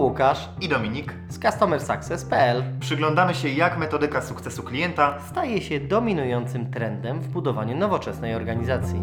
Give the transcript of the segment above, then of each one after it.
Łukasz i Dominik. z CustomerSuccess.pl Przyglądamy się, jak metodyka sukcesu klienta staje się dominującym trendem w budowaniu nowoczesnej organizacji.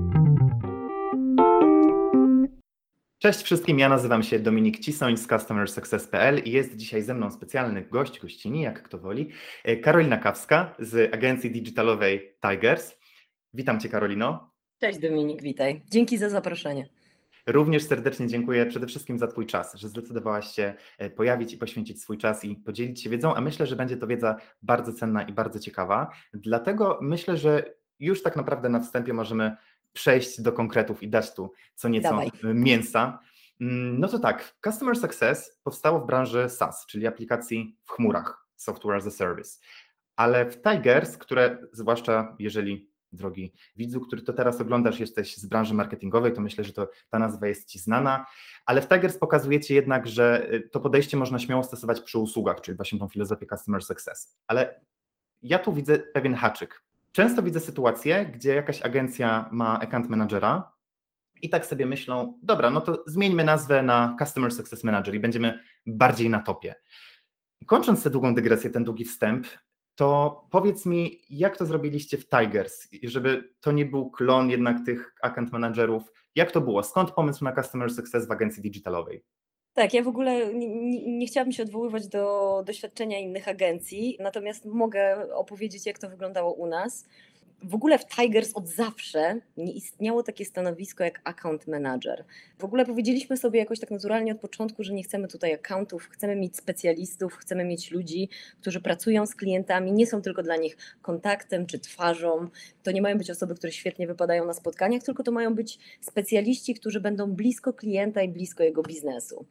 Cześć wszystkim, ja nazywam się Dominik Cisoń z CustomerSuccess.pl i jest dzisiaj ze mną specjalny gościni, jak kto woli, Karolina Kawska z agencji digitalowej Tigers. Witam Cię, Karolino. Cześć Dominik, witaj. Dzięki za zaproszenie. Również serdecznie dziękuję przede wszystkim za Twój czas, że zdecydowałaś się pojawić i poświęcić swój czas i podzielić się wiedzą, a myślę, że będzie to wiedza bardzo cenna i bardzo ciekawa. Dlatego myślę, że już tak naprawdę na wstępie możemy przejść do konkretów i dać tu co nieco Dawaj. mięsa. No to tak, Customer Success powstało w branży SaaS, czyli aplikacji w chmurach, Software as a Service, ale w Tigers, które zwłaszcza jeżeli drogi widzu, który to teraz oglądasz, jesteś z branży marketingowej, to myślę, że ta nazwa jest Ci znana, ale w Tigers pokazujecie jednak, że to podejście można śmiało stosować przy usługach, czyli właśnie tą filozofię Customer Success. Ale ja tu widzę pewien haczyk. Często widzę sytuację, gdzie jakaś agencja ma account managera i tak sobie myślą, dobra, no to zmieńmy nazwę na Customer Success Manager i będziemy bardziej na topie. Kończąc tę długą dygresję, ten długi wstęp, to powiedz mi, jak to zrobiliście w Tigers, żeby to nie był klon jednak tych account managerów, jak to było? Skąd pomysł na Customer Success w agencji digitalowej? Tak, ja w ogóle nie chciałabym się odwoływać do doświadczenia innych agencji, natomiast mogę opowiedzieć, jak to wyglądało u nas. W ogóle w Tigers od zawsze nie istniało takie stanowisko jak account manager. W ogóle powiedzieliśmy sobie jakoś tak naturalnie od początku, że nie chcemy tutaj accountów, chcemy mieć specjalistów, chcemy mieć ludzi, którzy pracują z klientami, nie są tylko dla nich kontaktem czy twarzą. To nie mają być osoby, które świetnie wypadają na spotkaniach, tylko to mają być specjaliści, którzy będą blisko klienta i blisko jego biznesu.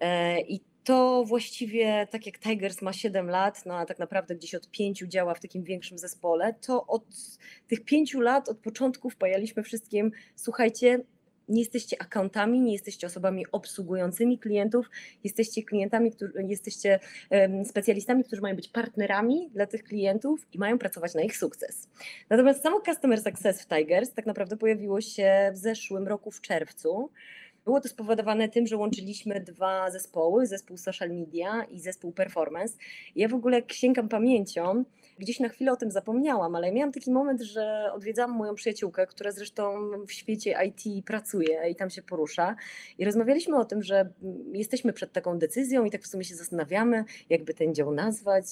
I to właściwie, tak jak Tigers ma 7 lat, no a tak naprawdę gdzieś od 5 działa w takim większym zespole, to od tych 5 lat, od początku wpajaliśmy wszystkim, słuchajcie, nie jesteście accountami, nie jesteście osobami obsługującymi klientów, jesteście specjalistami, którzy mają być partnerami dla tych klientów i mają pracować na ich sukces. Natomiast samo Customer Success w Tigers tak naprawdę pojawiło się w zeszłym roku w czerwcu. Było to spowodowane tym, że łączyliśmy 2 zespoły, zespół social media i zespół performance. Ja w ogóle jak sięgam pamięcią, gdzieś na chwilę o tym zapomniałam, ale miałam taki moment, że odwiedzałam moją przyjaciółkę, która zresztą w świecie IT pracuje i tam się porusza i rozmawialiśmy o tym, że jesteśmy przed taką decyzją i tak w sumie się zastanawiamy, jakby ten dział nazwać,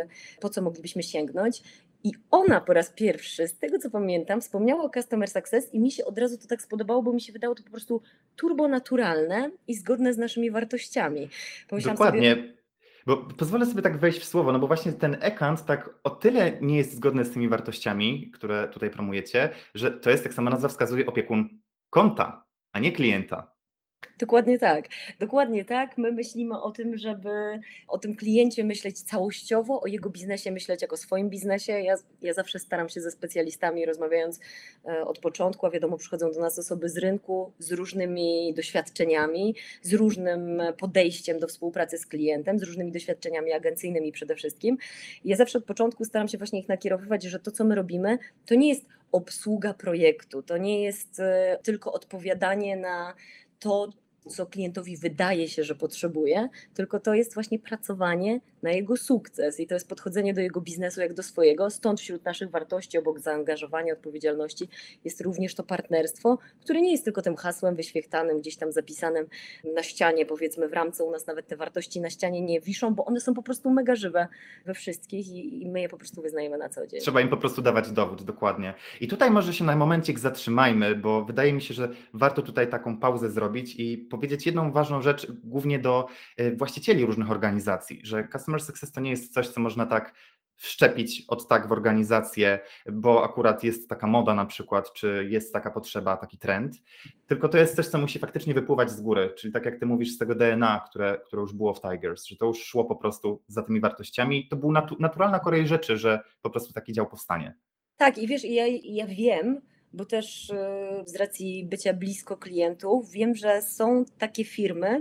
po co moglibyśmy sięgnąć. I ona po raz pierwszy, z tego co pamiętam, wspomniała o Customer Success i mi się od razu to tak spodobało, bo mi się wydało to po prostu turbonaturalne i zgodne z naszymi wartościami. Pomyślałam Dokładnie, sobie, bo pozwolę sobie tak wejść w słowo, no bo właśnie ten account tak o tyle nie jest zgodny z tymi wartościami, które tutaj promujecie, że to jest, jak sama nazwa wskazuje, opiekun konta, a nie klienta. dokładnie tak. Dokładnie tak. My myślimy o tym, żeby o tym kliencie myśleć całościowo, o jego biznesie myśleć jako o swoim biznesie. Ja zawsze staram się ze specjalistami rozmawiając od początku, a wiadomo, przychodzą do nas osoby z rynku z różnymi doświadczeniami, z różnym podejściem do współpracy z klientem, z różnymi doświadczeniami agencyjnymi przede wszystkim. Ja zawsze od początku staram się właśnie ich nakierowywać, że to, co my robimy, to nie jest obsługa projektu, to nie jest tylko odpowiadanie na to, co klientowi wydaje się, że potrzebuje, tylko to jest właśnie pracowanie na jego sukces i to jest podchodzenie do jego biznesu jak do swojego. Stąd wśród naszych wartości, obok zaangażowania, odpowiedzialności, jest również to partnerstwo, które nie jest tylko tym hasłem wyświechtanym, gdzieś tam zapisanym na ścianie, powiedzmy w ramce. U nas nawet te wartości na ścianie nie wiszą, bo one są po prostu mega żywe we wszystkich i my je po prostu wyznajemy na co dzień. Trzeba im po prostu dawać dowód, dokładnie. I tutaj może się na momencik zatrzymajmy, bo wydaje mi się, że warto tutaj taką pauzę zrobić i powiedzieć jedną ważną rzecz, głównie do właścicieli różnych organizacji, że Customer Success to nie jest coś, co można tak wszczepić od tak w organizację, bo akurat jest taka moda na przykład, czy jest taka potrzeba, taki trend, tylko to jest coś, co musi faktycznie wypływać z góry, czyli tak jak ty mówisz, z tego DNA, które już było w Tigers, że to już szło po prostu za tymi wartościami i to była naturalna kolej rzeczy, że po prostu taki dział powstanie. Tak, i wiesz, ja wiem, bo też z racji bycia blisko klientów, wiem, że są takie firmy,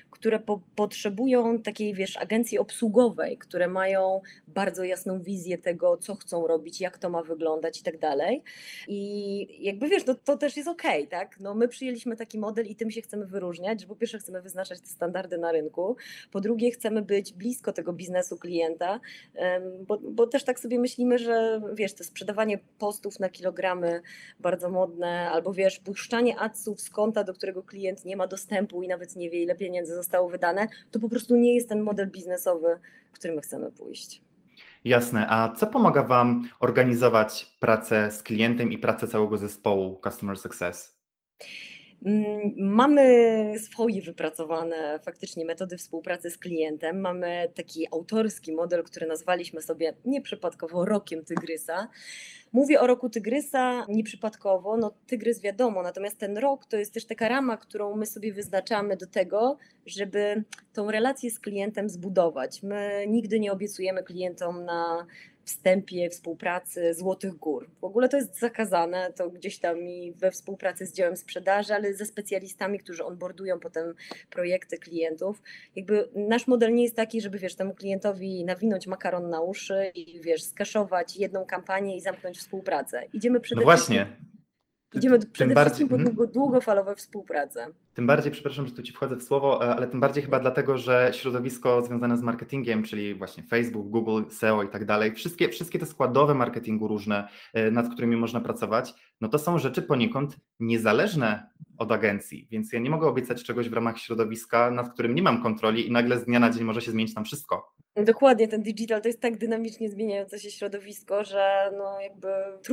które potrzebują takiej, wiesz, agencji obsługowej, które mają bardzo jasną wizję tego, co chcą robić, jak to ma wyglądać i tak dalej. I jakby wiesz, to też jest okej, tak? No my przyjęliśmy taki model i tym się chcemy wyróżniać, że po pierwsze chcemy wyznaczać te standardy na rynku, po drugie chcemy być blisko tego biznesu klienta, bo też tak sobie myślimy, że wiesz, to sprzedawanie postów na kilogramy bardzo modne, albo wiesz, puszczanie adsów z konta, do którego klient nie ma dostępu i nawet nie wie, ile pieniędzy zostało wydane, to po prostu nie jest ten model biznesowy, w który my chcemy pójść. Jasne. A co pomaga Wam organizować pracę z klientem i pracę całego zespołu Customer Success? Mamy swoje wypracowane faktycznie metody współpracy z klientem. Mamy taki autorski model, który nazwaliśmy sobie nieprzypadkowo Rokiem Tygrysa. Mówię o Roku Tygrysa nieprzypadkowo, no tygrys wiadomo, natomiast ten rok to jest też taka rama, którą my sobie wyznaczamy do tego, żeby tą relację z klientem zbudować. My nigdy nie obiecujemy klientom na wstępie współpracy złotych gór. W ogóle to jest zakazane, to gdzieś tam i we współpracy z działem sprzedaży, ale ze specjalistami, którzy onboardują potem projekty klientów. Jakby nasz model nie jest taki, żeby wiesz, temu klientowi nawinąć makaron na uszy i wiesz, skaszować jedną kampanię i zamknąć współpracę. Idziemy No właśnie. przede wszystkim po długofalowe współpracę. Tym bardziej, przepraszam, że tu Ci wchodzę w słowo, ale tym bardziej chyba dlatego, że środowisko związane z marketingiem, czyli właśnie Facebook, Google, SEO i tak dalej, wszystkie te składowe marketingu różne, nad którymi można pracować, no to są rzeczy poniekąd niezależne od agencji, więc ja nie mogę obiecać czegoś w ramach środowiska, nad którym nie mam kontroli i nagle z dnia na dzień może się zmienić tam wszystko. Dokładnie, ten digital to jest tak dynamicznie zmieniające się środowisko, że no jakby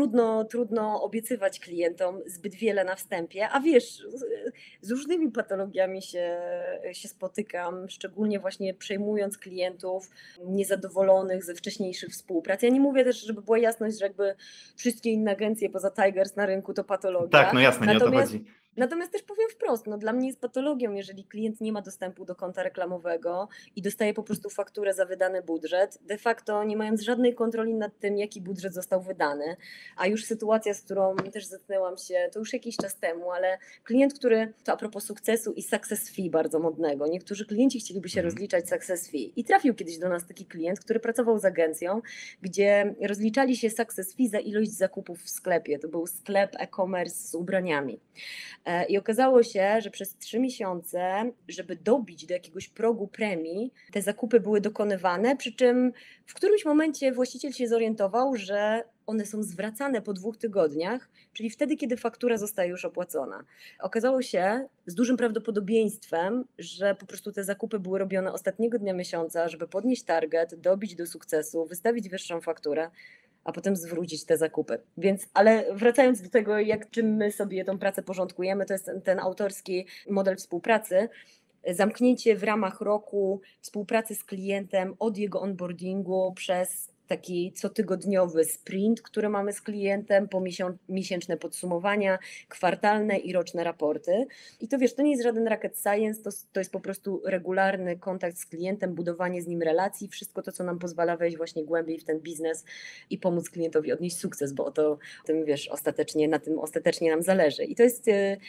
trudno obiecywać klientom zbyt wiele na wstępie, a wiesz, z różnymi patologiami się spotykam, szczególnie właśnie przejmując klientów niezadowolonych ze wcześniejszych współprac. Ja nie mówię też, żeby była jasność, że jakby wszystkie inne agencje poza Tigers na rynku to patologia. Tak, no jasne, nie o to chodzi. Natomiast też powiem wprost, no dla mnie jest patologią, jeżeli klient nie ma dostępu do konta reklamowego i dostaje po prostu fakturę za wydany budżet, de facto nie mając żadnej kontroli nad tym, jaki budżet został wydany. A już sytuacja, z którą też zetknęłam się, to już jakiś czas temu, ale klient, który, to a propos sukcesu i success fee bardzo modnego, niektórzy klienci chcieliby się rozliczać success fee i trafił kiedyś do nas taki klient, który pracował z agencją, gdzie rozliczali się success fee za ilość zakupów w sklepie. To był sklep e-commerce z ubraniami. I okazało się, że przez 3 miesiące, żeby dobić do jakiegoś progu premii, te zakupy były dokonywane, przy czym w którymś momencie właściciel się zorientował, że one są zwracane po 2 tygodniach, czyli wtedy, kiedy faktura zostaje już opłacona. Okazało się z dużym prawdopodobieństwem, że po prostu te zakupy były robione ostatniego dnia miesiąca, żeby podnieść target, dobić do sukcesu, wystawić wyższą fakturę, a potem zwrócić te zakupy. Więc, ale wracając do tego, czym my sobie tą pracę porządkujemy, to jest ten autorski model współpracy. Zamknięcie w ramach roku współpracy z klientem od jego onboardingu przez taki cotygodniowy sprint, który mamy z klientem, po miesięczne podsumowania, kwartalne i roczne raporty. I to wiesz, to nie jest żaden rocket science, to jest po prostu regularny kontakt z klientem, budowanie z nim relacji, wszystko to, co nam pozwala wejść właśnie głębiej w ten biznes i pomóc klientowi odnieść sukces, bo o tym wiesz, na tym ostatecznie nam zależy. I to jest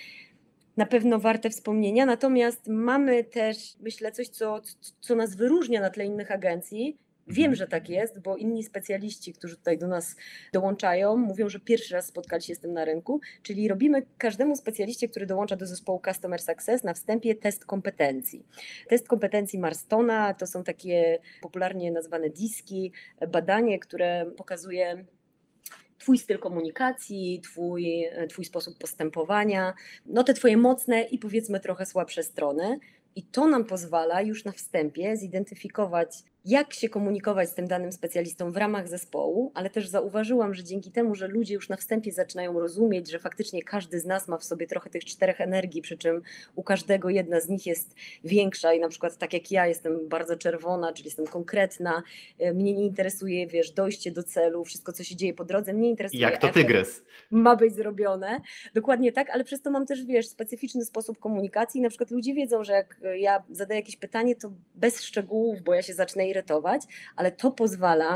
na pewno warte wspomnienia, natomiast mamy też, myślę, coś, co nas wyróżnia na tle innych agencji. Wiem, że tak jest, bo inni specjaliści, którzy tutaj do nas dołączają, mówią, że pierwszy raz spotkali się z tym na rynku, czyli robimy każdemu specjaliście, który dołącza do zespołu Customer Success, na wstępie test kompetencji. Test kompetencji Marstona to są takie popularnie nazwane diski, badanie, które pokazuje Twój styl komunikacji, twój sposób postępowania, no te Twoje mocne i powiedzmy trochę słabsze strony. I to nam pozwala już na wstępie zidentyfikować, jak się komunikować z tym danym specjalistą w ramach zespołu, ale też zauważyłam, że dzięki temu, że ludzie już na wstępie zaczynają rozumieć, że faktycznie każdy z nas ma w sobie trochę tych 4 energii, przy czym u każdego jedna z nich jest większa i na przykład tak jak ja jestem bardzo czerwona, czyli jestem konkretna, mnie nie interesuje, wiesz, dojście do celu, wszystko co się dzieje po drodze, mnie interesuje Jak to tygrys. Ma być zrobione, dokładnie tak, ale przez to mam też, wiesz, specyficzny sposób komunikacji, na przykład ludzie wiedzą, że jak ja zadaję jakieś pytanie, to bez szczegółów, bo ja się zacznę irytować, ale to pozwala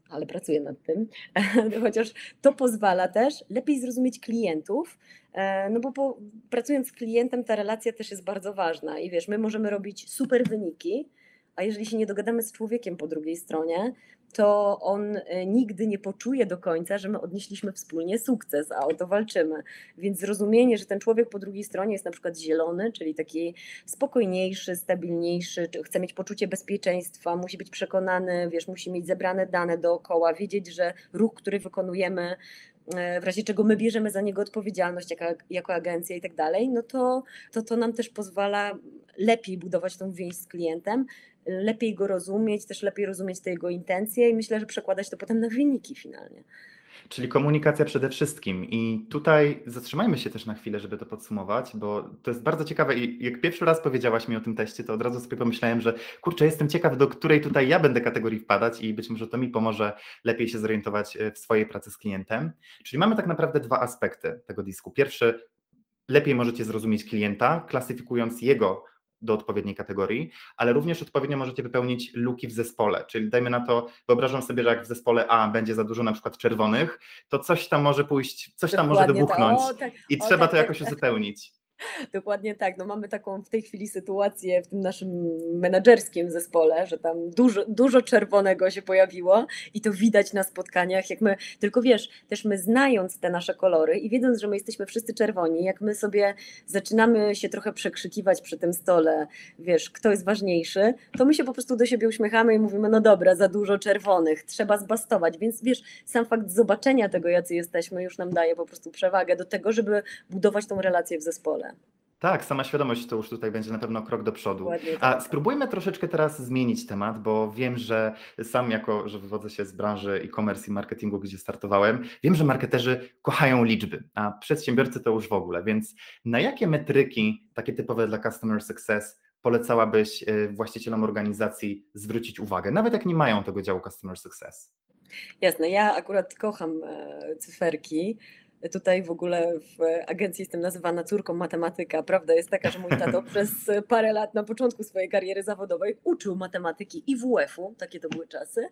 ale pracuję nad tym, chociaż to pozwala też lepiej zrozumieć klientów, no bo pracując z klientem ta relacja też jest bardzo ważna i wiesz, my możemy robić super wyniki, a jeżeli się nie dogadamy z człowiekiem po drugiej stronie, to on nigdy nie poczuje do końca, że my odnieśliśmy wspólnie sukces, a o to walczymy. Więc zrozumienie, że ten człowiek po drugiej stronie jest na przykład zielony, czyli taki spokojniejszy, stabilniejszy, chce mieć poczucie bezpieczeństwa, musi być przekonany, wiesz, musi mieć zebrane dane dookoła, wiedzieć, że ruch, który wykonujemy, w razie czego my bierzemy za niego odpowiedzialność jako agencja i tak dalej, no to nam też pozwala lepiej budować tą więź z klientem, lepiej go rozumieć, też lepiej rozumieć te jego intencje i myślę, że przekładać to potem na wyniki finalnie. Czyli komunikacja przede wszystkim. I tutaj zatrzymajmy się też na chwilę, żeby to podsumować, bo to jest bardzo ciekawe. I jak pierwszy raz powiedziałaś mi o tym teście, to od razu sobie pomyślałem, że kurczę, jestem ciekaw, do której tutaj ja będę kategorii wpadać i być może to mi pomoże lepiej się zorientować w swojej pracy z klientem. Czyli mamy tak naprawdę dwa aspekty tego disku. Pierwszy, lepiej możecie zrozumieć klienta, klasyfikując jego do odpowiedniej kategorii, ale również odpowiednio możecie wypełnić luki w zespole, czyli dajmy na to, wyobrażam sobie, że jak w zespole A będzie za dużo na przykład czerwonych, to coś tam może pójść, coś tam może Dokładnie wybuchnąć i trzeba tak, to jakoś uzupełnić. Dokładnie tak. No mamy taką w tej chwili sytuację w tym naszym menedżerskim zespole, że tam dużo czerwonego się pojawiło i to widać na spotkaniach, jak my, tylko wiesz, też my znając te nasze kolory i wiedząc, że my jesteśmy wszyscy czerwoni, jak my sobie zaczynamy się trochę przekrzykiwać przy tym stole, wiesz, kto jest ważniejszy, to my się po prostu do siebie uśmiechamy i mówimy, no dobra, za dużo czerwonych, trzeba zbastować, więc wiesz, sam fakt zobaczenia tego, jacy jesteśmy, już nam daje po prostu przewagę do tego, żeby budować tą relację w zespole. Tak, sama świadomość to już tutaj będzie na pewno krok do przodu. Dokładnie A tak. spróbujmy troszeczkę teraz zmienić temat, bo wiem, że sam jako, że wywodzę się z branży e-commerce i marketingu, gdzie startowałem, wiem, że marketerzy kochają liczby, a przedsiębiorcy to już w ogóle, więc na jakie metryki, takie typowe dla Customer Success, polecałabyś właścicielom organizacji zwrócić uwagę, nawet jak nie mają tego działu Customer Success? Jasne, ja akurat kocham cyferki. Tutaj w ogóle w agencji jestem nazywana córką matematyka. Prawda jest taka, że mój tato przez parę lat na początku swojej kariery zawodowej uczył matematyki i WF-u, takie to były czasy.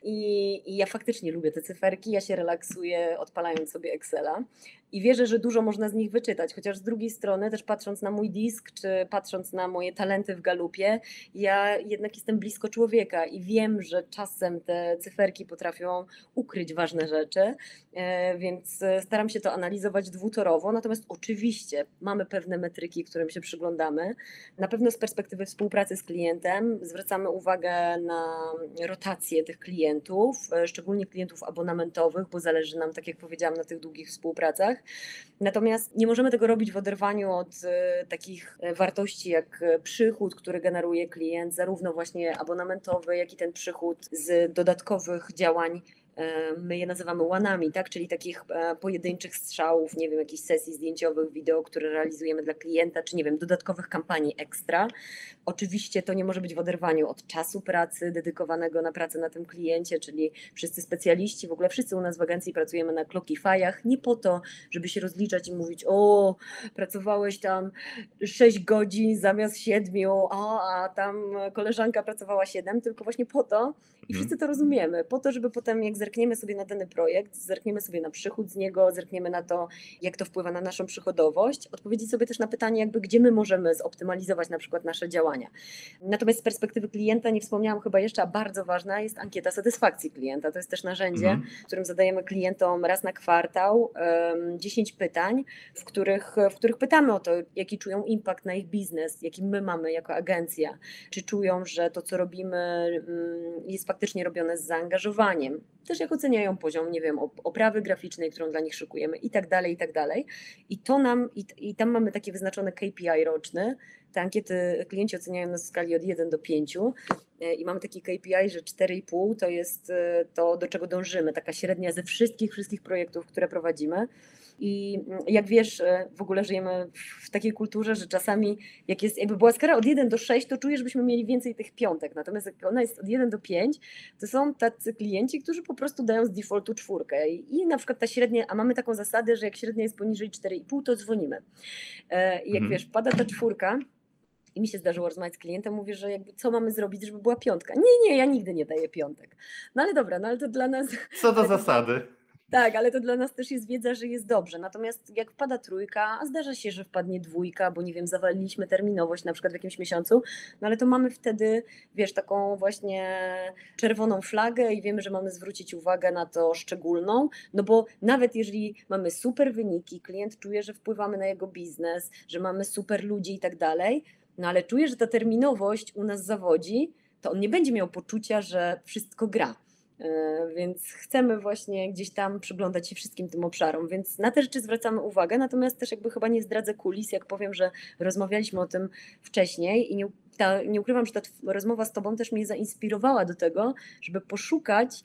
I ja faktycznie lubię te cyferki, ja się relaksuję odpalając sobie Excela i wierzę, że dużo można z nich wyczytać, chociaż z drugiej strony też patrząc na mój disk, czy patrząc na moje talenty w Galupie, ja jednak jestem blisko człowieka i wiem, że czasem te cyferki potrafią ukryć ważne rzeczy, więc staram się to analizować dwutorowo, natomiast oczywiście mamy pewne metryki, którym się przyglądamy. Na pewno z perspektywy współpracy z klientem zwracamy uwagę na rotację tych klientów, szczególnie klientów abonamentowych, bo zależy nam, tak jak powiedziałam, na tych długich współpracach. Natomiast nie możemy tego robić w oderwaniu od takich wartości jak przychód, który generuje klient, zarówno właśnie abonamentowy, jak i ten przychód z dodatkowych działań. My je nazywamy łanami, tak? Czyli takich pojedynczych strzałów, nie wiem, jakichś sesji zdjęciowych, wideo, które realizujemy dla klienta, czy nie wiem, dodatkowych kampanii ekstra. Oczywiście to nie może być w oderwaniu od czasu pracy dedykowanego na pracę na tym kliencie, czyli wszyscy specjaliści, w ogóle wszyscy u nas w agencji pracujemy na Clockify'ach, nie po to, żeby się rozliczać i mówić, o, pracowałeś tam 6 godzin zamiast 7, a tam koleżanka pracowała 7, tylko właśnie po to, i wszyscy to rozumiemy, po to, żeby potem jak zerkniemy sobie na dany projekt, zerkniemy sobie na przychód z niego, zerkniemy na to, jak to wpływa na naszą przychodowość, odpowiedzieć sobie też na pytanie, jakby gdzie my możemy zoptymalizować na przykład nasze działania. Natomiast z perspektywy klienta, nie wspomniałam chyba jeszcze, a bardzo ważna jest ankieta satysfakcji klienta. To jest też narzędzie, którym zadajemy klientom raz na kwartał 10 pytań, w których pytamy o to, jaki czują impact na ich biznes, jaki my mamy jako agencja, czy czują, że to, co robimy, jest faktycznie robione z zaangażowaniem. Też jak oceniają poziom, nie wiem, oprawy graficznej, którą dla nich szykujemy i tak dalej, i tak dalej. I to i tam mamy takie wyznaczone KPI roczny. Te ankiety klienci oceniają na skali od 1 do 5 i mamy taki KPI, że 4,5 to jest to, do czego dążymy, taka średnia ze wszystkich projektów, które prowadzimy. I jak wiesz, w ogóle żyjemy w takiej kulturze, że czasami jakby była skala od 1 do 6, to czujesz, żebyśmy mieli więcej tych piątek. Natomiast jak ona jest od 1 do 5, to są tacy klienci, którzy po prostu dają z defaultu 4. I na przykład ta średnia, a mamy taką zasadę, że jak średnia jest poniżej 4,5, to dzwonimy. I jak wiesz, pada ta 4, I mi się zdarzyło rozmawiać z klientem, mówię, że jakby co mamy zrobić, żeby była piątka. Nie, ja nigdy nie daję piątek. No ale dobra, no ale to dla nas... Co do ale to zasady. tak, ale to dla nas też jest wiedza, że jest dobrze. Natomiast jak wpada trójka, a zdarza się, że wpadnie dwójka, bo nie wiem, zawaliliśmy terminowość na przykład w jakimś miesiącu, no ale to mamy wtedy, wiesz, taką właśnie czerwoną flagę i wiemy, że mamy zwrócić uwagę na to szczególną, no bo nawet jeżeli mamy super wyniki, klient czuje, że wpływamy na jego biznes, że mamy super ludzi i tak dalej, no ale czuje, że ta terminowość u nas zawodzi, to on nie będzie miał poczucia, że wszystko gra. Więc chcemy właśnie gdzieś tam przyglądać się wszystkim tym obszarom, więc na te rzeczy zwracamy uwagę, natomiast też jakby chyba nie zdradzę kulis, jak powiem, że rozmawialiśmy o tym wcześniej i nie ukrywam, że ta rozmowa z Tobą też mnie zainspirowała do tego, żeby poszukać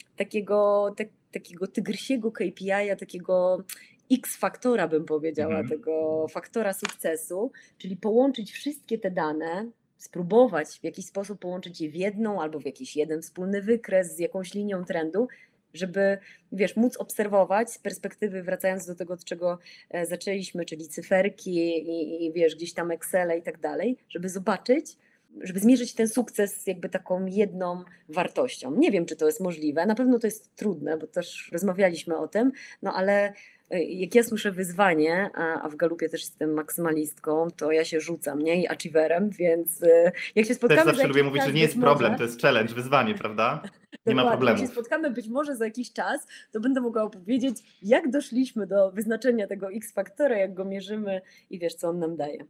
takiego tygrysiego KPI-a, takiego X-faktora bym powiedziała, tego faktora sukcesu, czyli połączyć wszystkie te dane, spróbować w jakiś sposób połączyć je w jedną albo w jakiś jeden wspólny wykres z jakąś linią trendu, żeby, wiesz, móc obserwować z perspektywy, wracając do tego, od czego zaczęliśmy, czyli cyferki i wiesz, gdzieś tam Excele i tak dalej, żeby zobaczyć, żeby zmierzyć ten sukces jakby taką jedną wartością. Nie wiem, czy to jest możliwe, na pewno to jest trudne, bo też rozmawialiśmy o tym, no ale jak ja słyszę wyzwanie, a w Galupie też jestem maksymalistką, to ja się rzucam, nie? I achieverem, więc jak się spotkamy Też zawsze za lubię jakiś mówić, czas, że nie jest być problem, może, to jest challenge, wyzwanie, prawda? Nie ma dokładnie, jak się problemów. spotkamy być może za jakiś czas, to będę mogła opowiedzieć, jak doszliśmy do wyznaczenia tego X-faktora, jak go mierzymy i wiesz, co on nam daje.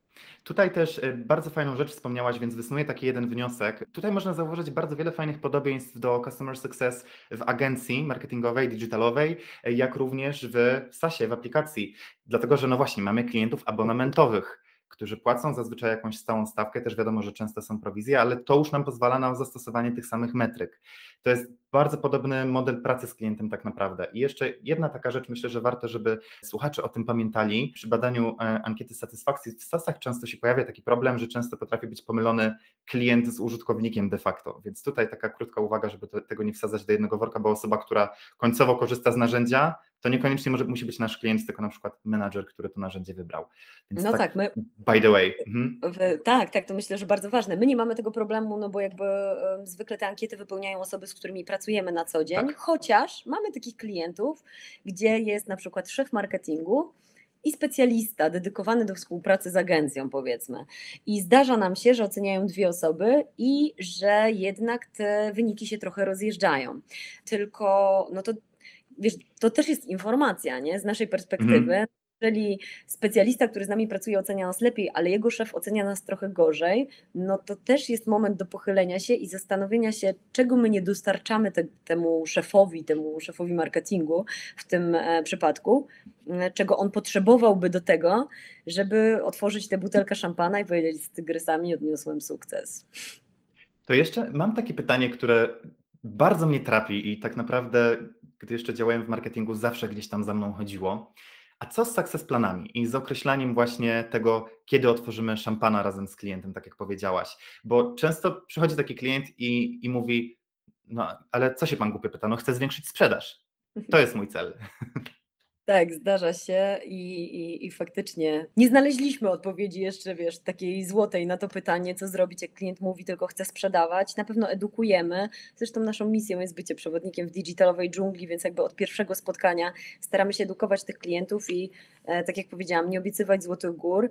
Tutaj też bardzo fajną rzecz wspomniałaś, więc wysunuję taki jeden wniosek. Tutaj można zauważyć bardzo wiele fajnych podobieństw do Customer Success w agencji marketingowej, digitalowej, jak również w SaaSie, w aplikacji. Dlatego, że no właśnie mamy klientów abonamentowych, którzy płacą zazwyczaj jakąś stałą stawkę, też wiadomo, że często są prowizje, ale to już nam pozwala na zastosowanie tych samych metryk. To jest bardzo podobny model pracy z klientem tak naprawdę. I jeszcze jedna taka rzecz, myślę, że warto, żeby słuchacze o tym pamiętali. Przy badaniu ankiety satysfakcji w SaaSach często się pojawia taki problem, że często potrafi być pomylony klient z użytkownikiem de facto. Więc tutaj taka krótka uwaga, żeby tego nie wsadzać do jednego worka, bo osoba, która końcowo korzysta z narzędzia, to niekoniecznie musi być nasz klient, tylko na przykład menadżer, który to narzędzie wybrał. Więc No tak, my by the way. tak, to myślę, że bardzo ważne. My nie mamy tego problemu, no bo jakby zwykle te ankiety wypełniają osoby, z którymi pracujemy na co dzień, Tak. chociaż mamy takich klientów, gdzie jest na przykład szef marketingu i specjalista dedykowany do współpracy z agencją, powiedzmy. I zdarza nam się, że oceniają dwie osoby i że jednak te wyniki się trochę rozjeżdżają. Tylko, no to wiesz, to też jest informacja, nie? Z naszej perspektywy. Jeżeli specjalista, który z nami pracuje, ocenia nas lepiej, ale jego szef ocenia nas trochę gorzej, no to też jest moment do pochylenia się i zastanowienia się, czego my nie dostarczamy temu szefowi marketingu w tym przypadku, czego on potrzebowałby do tego, żeby otworzyć tę butelkę szampana i powiedzieć: z tygrysami odniosłem sukces. To jeszcze mam takie pytanie, które bardzo mnie trapi i tak naprawdę, gdy jeszcze działałem w marketingu, zawsze gdzieś tam za mną chodziło. A co z success planami i z określaniem właśnie tego, kiedy otworzymy szampana razem z klientem, tak jak powiedziałaś? Bo często przychodzi taki klient i mówi: no ale co się pan głupio pyta, no chcę zwiększyć sprzedaż. To jest mój cel. Tak, zdarza się i faktycznie nie znaleźliśmy odpowiedzi jeszcze, wiesz, takiej złotej na to pytanie, co zrobić, jak klient mówi, tylko chce sprzedawać. Na pewno edukujemy. Zresztą naszą misją jest bycie przewodnikiem w digitalowej dżungli, więc jakby od pierwszego spotkania staramy się edukować tych klientów i tak jak powiedziałam, nie obiecywać złotych gór,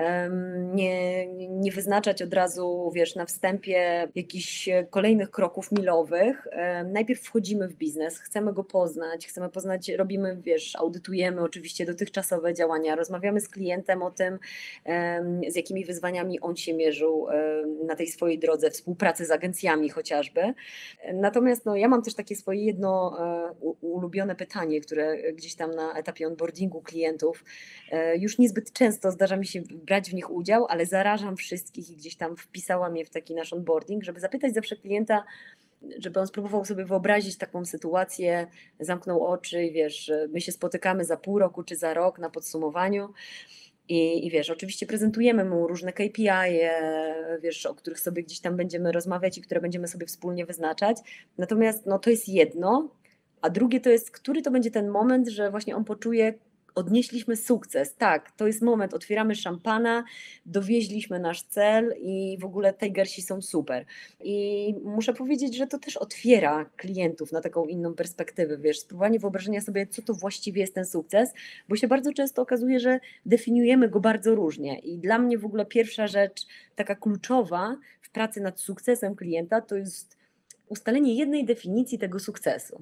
nie wyznaczać od razu, wiesz, na wstępie jakichś kolejnych kroków milowych. Najpierw wchodzimy w biznes, chcemy go poznać, robimy, wiesz, audytujemy oczywiście dotychczasowe działania, rozmawiamy z klientem o tym, z jakimi wyzwaniami on się mierzył na tej swojej drodze współpracy z agencjami chociażby. Natomiast no, ja mam też takie swoje jedno ulubione pytanie, które gdzieś tam na etapie onboardingu klientów już niezbyt często zdarza mi się brać w nich udział, ale zarażam wszystkich i gdzieś tam wpisałam je w taki nasz onboarding, żeby zapytać zawsze klienta, żeby on spróbował sobie wyobrazić taką sytuację, zamknął oczy i wiesz, my się spotykamy za pół roku czy za rok na podsumowaniu i wiesz, oczywiście prezentujemy mu różne KPI, wiesz, o których sobie gdzieś tam będziemy rozmawiać i które będziemy sobie wspólnie wyznaczać, natomiast no, to jest jedno, a drugie to jest, który to będzie ten moment, że właśnie on poczuje, odnieśliśmy sukces. Tak, to jest moment, otwieramy szampana, dowieźliśmy nasz cel i w ogóle Tigersi są super. I muszę powiedzieć, że to też otwiera klientów na taką inną perspektywę, wiesz, spróbowanie wyobrażenia sobie, co to właściwie jest ten sukces, bo się bardzo często okazuje, że definiujemy go bardzo różnie. I dla mnie w ogóle pierwsza rzecz, taka kluczowa w pracy nad sukcesem klienta, to jest ustalenie jednej definicji tego sukcesu.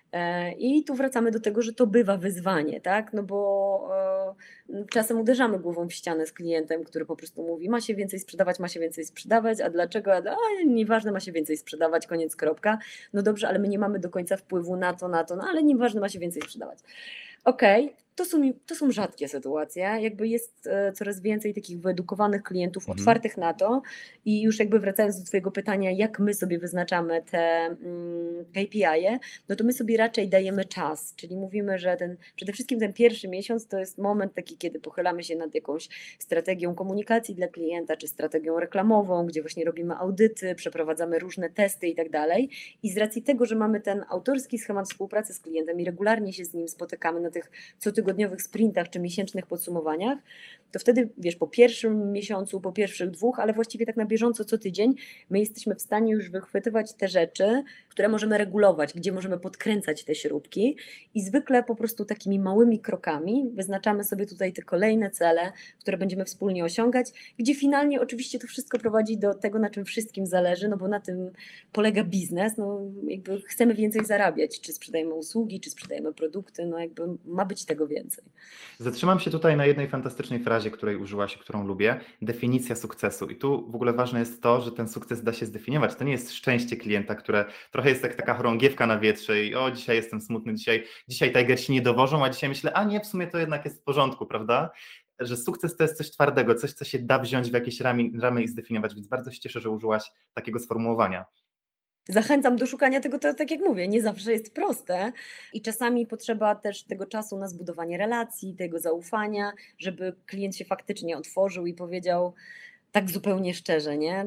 I tu wracamy do tego, że to bywa wyzwanie, tak? No bo czasem uderzamy głową w ścianę z klientem, który po prostu mówi, ma się więcej sprzedawać, a dlaczego? Nieważne, ma się więcej sprzedawać, koniec, kropka. No dobrze, ale my nie mamy do końca wpływu na to, no ale nieważne, ma się więcej sprzedawać. Okej, to są rzadkie sytuacje, jakby jest coraz więcej takich wyedukowanych klientów, otwartych na to i już jakby wracając do Twojego pytania, jak my sobie wyznaczamy te KPI-e, no to my sobie raczej dajemy czas, czyli mówimy, że przede wszystkim ten pierwszy miesiąc to jest moment taki, kiedy pochylamy się nad jakąś strategią komunikacji dla klienta, czy strategią reklamową, gdzie właśnie robimy audyty, przeprowadzamy różne testy i tak dalej. I z racji tego, że mamy ten autorski schemat współpracy z klientem i regularnie się z nim spotykamy na tych cotygodniowych sprintach czy miesięcznych podsumowaniach, to wtedy, wiesz, po pierwszym miesiącu, po pierwszych 2, ale właściwie tak na bieżąco co tydzień, my jesteśmy w stanie już wychwytywać te rzeczy, które możemy regulować, gdzie możemy podkręcać te śrubki i zwykle po prostu takimi małymi krokami wyznaczamy sobie tutaj te kolejne cele, które będziemy wspólnie osiągać, gdzie finalnie oczywiście to wszystko prowadzi do tego, na czym wszystkim zależy, no bo na tym polega biznes, no jakby chcemy więcej zarabiać, czy sprzedajemy usługi, czy sprzedajemy produkty, no jakby ma być tego więcej. Zatrzymam się tutaj na jednej fantastycznej frazie, której użyłaś i którą lubię. Definicja sukcesu. I tu w ogóle ważne jest to, że ten sukces da się zdefiniować. To nie jest szczęście klienta, które trochę jest jak taka chorągiewka na wietrze i dzisiaj jestem smutny, dzisiaj Tigersi nie dowożą, a dzisiaj myślę, a nie, w sumie to jednak jest w porządku, prawda? Że sukces to jest coś twardego, coś, co się da wziąć w jakieś ramy i zdefiniować, więc bardzo się cieszę, że użyłaś takiego sformułowania. Zachęcam do szukania tego, tak jak mówię, nie zawsze jest proste i czasami potrzeba też tego czasu na zbudowanie relacji, tego zaufania, żeby klient się faktycznie otworzył i powiedział tak zupełnie szczerze, nie?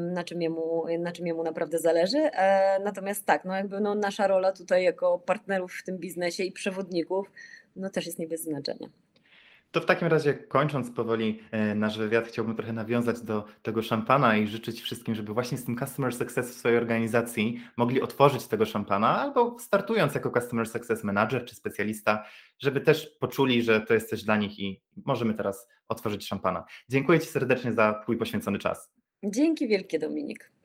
Na czym jemu naprawdę zależy. Natomiast tak, nasza rola tutaj jako partnerów w tym biznesie i przewodników, no też jest nie bez znaczenia. To w takim razie kończąc powoli nasz wywiad, chciałbym trochę nawiązać do tego szampana i życzyć wszystkim, żeby właśnie z tym Customer Success w swojej organizacji mogli otworzyć tego szampana albo startując jako Customer Success Manager czy specjalista, żeby też poczuli, że to jest coś dla nich i możemy teraz otworzyć szampana. Dziękuję Ci serdecznie za Twój poświęcony czas. Dzięki wielkie, Dominik.